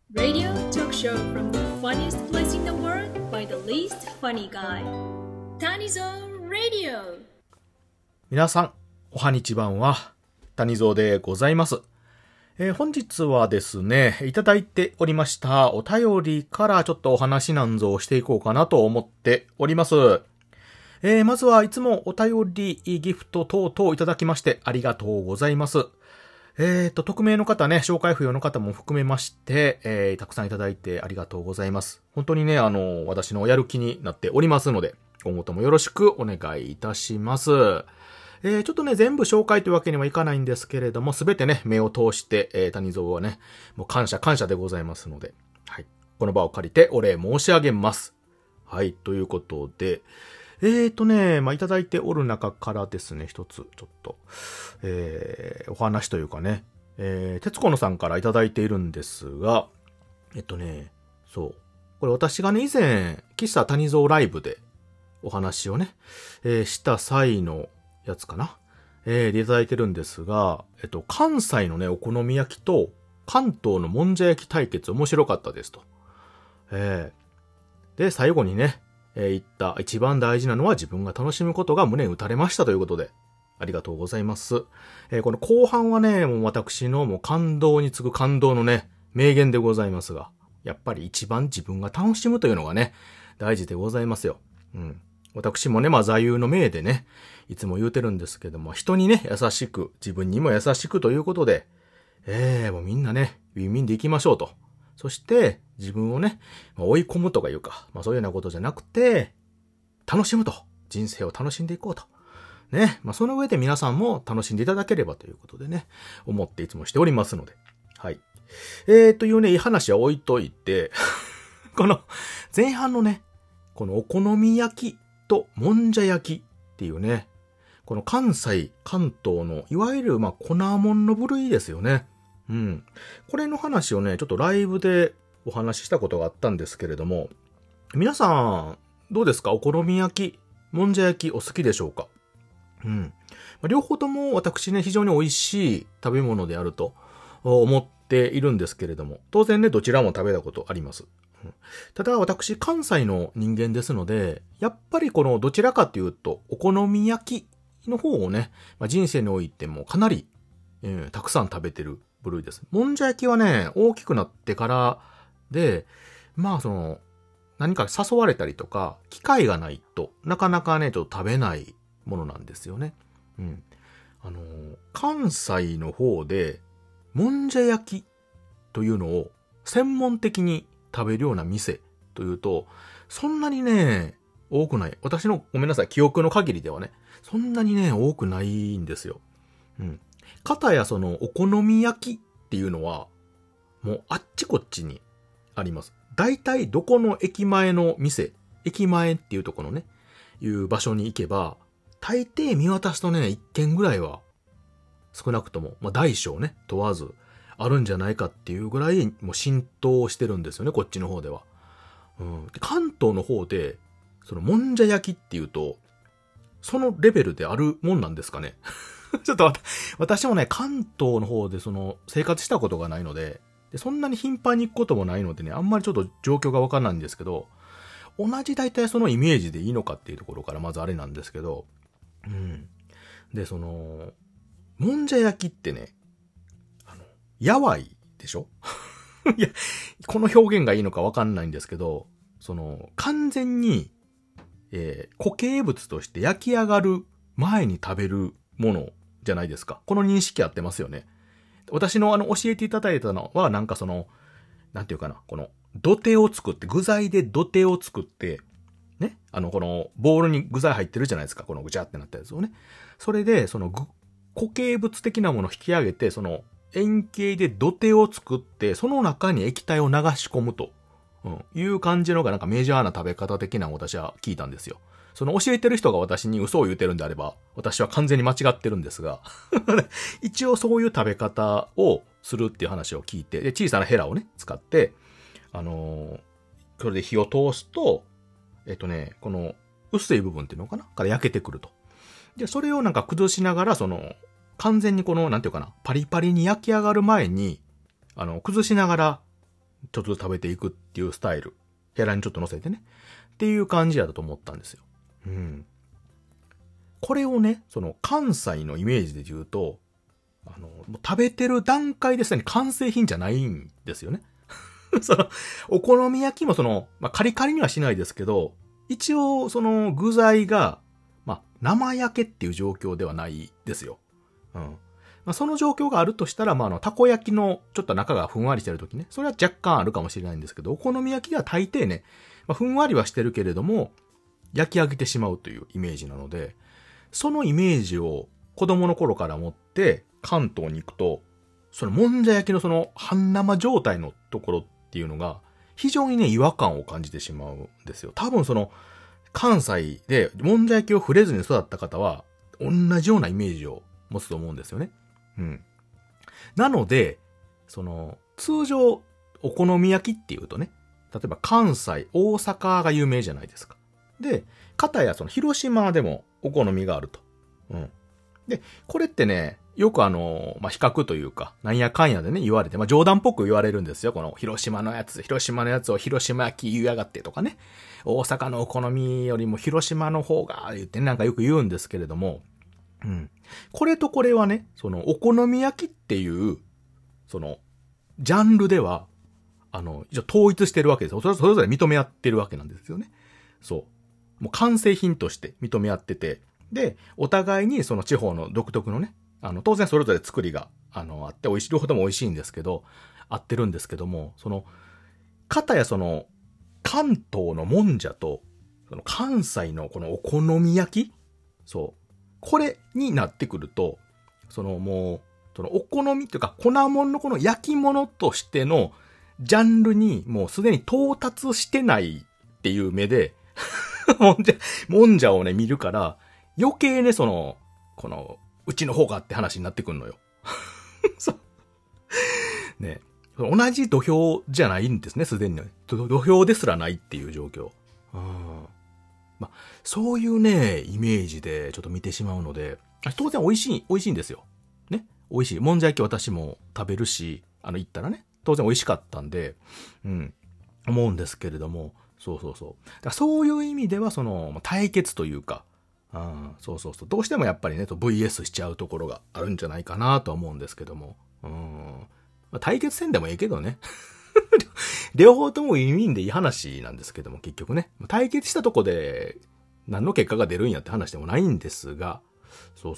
Radio talk show from the funniest place in the world by the least funny guy. Tanizo Radio. 皆さん、おはにちばんは、谷蔵でございます。本日はですね、いただいておりましたお便りからちょっとお話なんぞをしていこうかなと思っております。まずはいつもお便り、ギフト等々いただきましてありがとうございます。匿名の方ね、紹介不要の方も含めまして、たくさんいただいてありがとうございます。本当にね、私のやる気になっておりますので、今後ともよろしくお願いいたします。ちょっとね、全部紹介というわけにはいかないんですけれども、すべてね、目を通して、谷蔵はね、もう感謝でございますので、はい。この場を借りてお礼申し上げます。はい、ということで、いただいておる中からですね、一つ、ちょっと、お話というかね、徹子のさんからいただいているんですが、そう。これ私がね、以前、喫茶谷蔵ライブでお話をね、した際のやつかな。でいただいてるんですが、関西のね、お好み焼きと関東のもんじゃ焼き対決面白かったですと。で、最後にね、言った一番大事なのは自分が楽しむことが胸に打たれましたということで、ありがとうございます。この後半はね、もう私のもう感動に次ぐ感動のね、名言でございますが、やっぱり一番自分が楽しむというのがね、大事でございますよ。うん。私もね、座右の銘でね、いつも言うてるんですけども、人にね、優しく、自分にも優しくということで、もうみんなね、ウィンウィンでいきましょうと。そして、自分をね、追い込むとかいうか、そういうようなことじゃなくて、楽しむと。人生を楽しんでいこうと。ね。その上で皆さんも楽しんでいただければということでね、思っていつもしておりますので。はい。というね、いい話は置いといて、この前半のね、このお好み焼きともんじゃ焼きっていうね、この関西、関東のいわゆる粉もんの部類ですよね。うん。これの話をね、ちょっとライブでお話ししたことがあったんですけれども、皆さん、どうですか？お好み焼き、もんじゃ焼きお好きでしょうか？うん。両方とも私ね、非常に美味しい食べ物であると思っているんですけれども、当然ね、どちらも食べたことあります。ただ私、関西の人間ですので、やっぱりこのどちらかというと、お好み焼きの方をね、人生においてもかなり、たくさん食べてる部類です。もんじゃ焼きはね、大きくなってからで、何か誘われたりとか、機会がないとなかなかね、ちょっと食べないものなんですよね。うん。関西の方で、もんじゃ焼きというのを専門的に食べるような店というと、そんなにね、多くない。私のごめんなさい、記憶の限りではね、そんなにね、多くないんですよ。うん。かたやそのお好み焼きっていうのは、もうあっちこっちにあります。大体どこの駅前の店、駅前っていうところのね、いう場所に行けば、大抵見渡すとね、一軒ぐらいは、少なくとも、大小ね、問わず、あるんじゃないかっていうぐらい、もう浸透してるんですよね、こっちの方では。うん。で関東の方で、そのもんじゃ焼きっていうと、そのレベルであるもんなんですかね。ちょっと私もね、関東の方で生活したことがないので、そんなに頻繁に行くこともないのでね、あんまりちょっと状況がわかんないんですけど、同じ大体そのイメージでいいのかっていうところからまずあれなんですけど、うん。で、もんじゃ焼きってね、やわいでしょいや、この表現がいいのかわかんないんですけど、完全に、固形物として焼き上がる前に食べるものじゃないですか。この認識合ってますよね。私の教えていただいたのは、なんていうかな、この土手を作って、具材で土手を作って、ね、このボウルに具材入ってるじゃないですか。このぐちゃってなったやつをね。それで、固形物的なものを引き上げて、円形で土手を作って、その中に液体を流し込むと、いう感じのがなんかメジャーな食べ方的なのを私は聞いたんですよ。教えてる人が私に嘘を言ってるんであれば、私は完全に間違ってるんですが、一応そういう食べ方をするっていう話を聞いて、で、小さなヘラをね、使って、それで火を通すと、この薄い部分っていうのかなから焼けてくると。で、それをなんか崩しながら、完全になんていうかな、パリパリに焼き上がる前に、崩しながらちょっとずつ食べていくっていうスタイル。ヘラにちょっと乗せてね。っていう感じだと思ったんですよ。うん。これをね、その関西のイメージで言うと、もう食べてる段階ですね、完成品じゃないんですよね。その、お好み焼きもカリカリにはしないですけど、一応その具材が、生焼けっていう状況ではないですよ。うん。その状況があるとしたら、たこ焼きのちょっと中がふんわりしてるときね、それは若干あるかもしれないんですけど、お好み焼きでは大抵ね、ふんわりはしてるけれども、焼き上げてしまうというイメージなので、そのイメージを子供の頃から持って関東に行くと、そのもんじゃ焼きのその半生状態のところっていうのが、非常にね、違和感を感じてしまうんですよ。多分その、関西でもんじゃ焼きを触れずに育った方は、同じようなイメージを持つと思うんですよね。うん。なので、その、通常、お好み焼きっていうとね、例えば関西、大阪が有名じゃないですか。で、片やその広島でもお好みがあると。うん。で、これってね、よく比較というか、なんやかんやでね、言われて、冗談っぽく言われるんですよ。この広島のやつを広島焼き言いやがってとかね。大阪のお好みよりも広島の方が、言ってなんかよく言うんですけれども、うん。これとこれはね、その、お好み焼きっていう、その、ジャンルでは、一応統一してるわけですよ。それぞれ認め合ってるわけなんですよね。そう。もう完成品として認め合ってて、で、お互いにその地方の独特のね、当然それぞれ作りが、あって、両方とも美味しいんですけど、合ってるんですけども、その、片やその、関東のもんじゃと、その関西のこのお好み焼き、そう。これになってくると、そのもう、そのお好みっていうか粉もんのこの焼き物としてのジャンルにもうすでに到達してないっていう目でもんじゃをね見るから余計ねこのうちの方がって話になってくんのよ。そうね、同じ土俵じゃないんですね、すでに。土俵ですらないっていう状況。そういうね、イメージでちょっと見てしまうので、当然美味しいんですよ。ね。美味しい。もんじゃ焼き私も食べるし、行ったらね、当然美味しかったんで、思うんですけれども、そう。だからそういう意味では、対決というか、そう。どうしてもやっぱりね、VS しちゃうところがあるんじゃないかなと思うんですけども、対決戦でもいいけどね。両方ともウィンウィンでいい話なんですけども、結局ね。対決したとこで何の結果が出るんやって話でもないんですが、そう。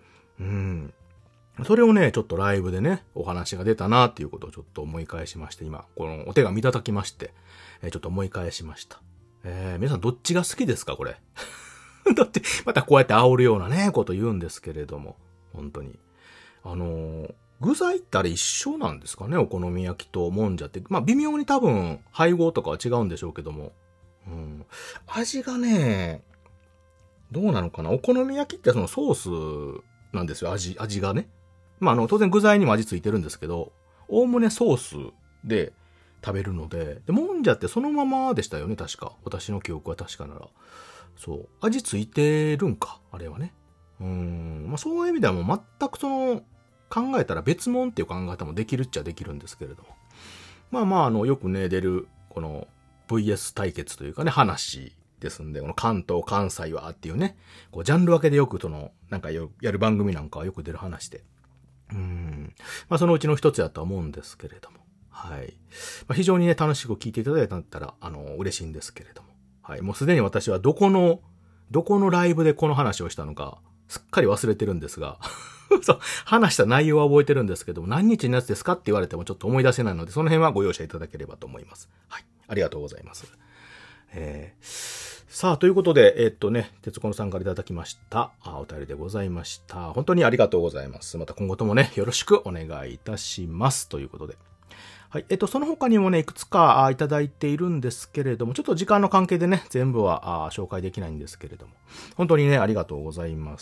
それをね、ちょっとライブでね、お話が出たなっていうことをちょっと思い返しまして、今、このお手紙いただきまして、ちょっと思い返しました。皆さんどっちが好きですかこれ。だって、またこうやって煽るようなね、こと言うんですけれども、本当に。具材ってあれ一緒なんですかね、お好み焼きともんじゃって。微妙に多分、配合とかは違うんでしょうけども。味がね、どうなのかな、お好み焼きってそのソースなんですよ、味がね。当然具材にも味ついてるんですけど、おおむねソースで食べるので、もんじゃってそのままでしたよね、確か。私の記憶は確かなら。そう。味ついてるんか、あれはね。そういう意味ではもう全く考えたら別物っていう考え方もできるっちゃできるんですけれども。よくね、出る、この VS 対決というかね、話ですんで、この関東、関西はっていうね、こう、ジャンル分けでよくなんかやる番組なんかはよく出る話で。そのうちの一つだとは思うんですけれども。はい。非常にね、楽しく聞いていただいたら、嬉しいんですけれども。はい。もうすでに私はどこのライブでこの話をしたのか、すっかり忘れてるんですが、そう、話した内容は覚えてるんですけども、何日のやつですかって言われてもちょっと思い出せないので、その辺はご容赦いただければと思います。はい。ありがとうございます。さあ、ということで、鉄子さんからいただきました、お便りでございました。本当にありがとうございます。また今後ともね、よろしくお願いいたします。ということで。はい。その他にもね、いくつかいただいているんですけれども、ちょっと時間の関係でね、全部は紹介できないんですけれども、本当にね、ありがとうございます。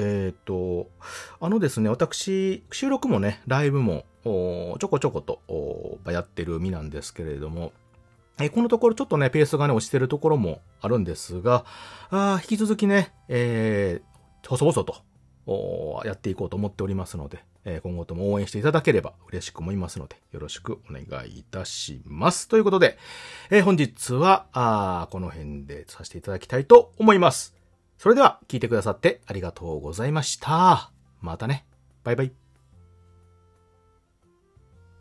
ですね、私、収録もね、ライブも、ちょこちょことやってる身なんですけれども、このところちょっとね、ペースがね、落ちてるところもあるんですが、引き続きね、細々と、 やっていこうと思っておりますので、今後とも応援していただければ嬉しく思いますので、よろしくお願いいたします。ということで、本日は、この辺でさせていただきたいと思います。それでは、聞いてくださってありがとうございました。またね。バイバイ。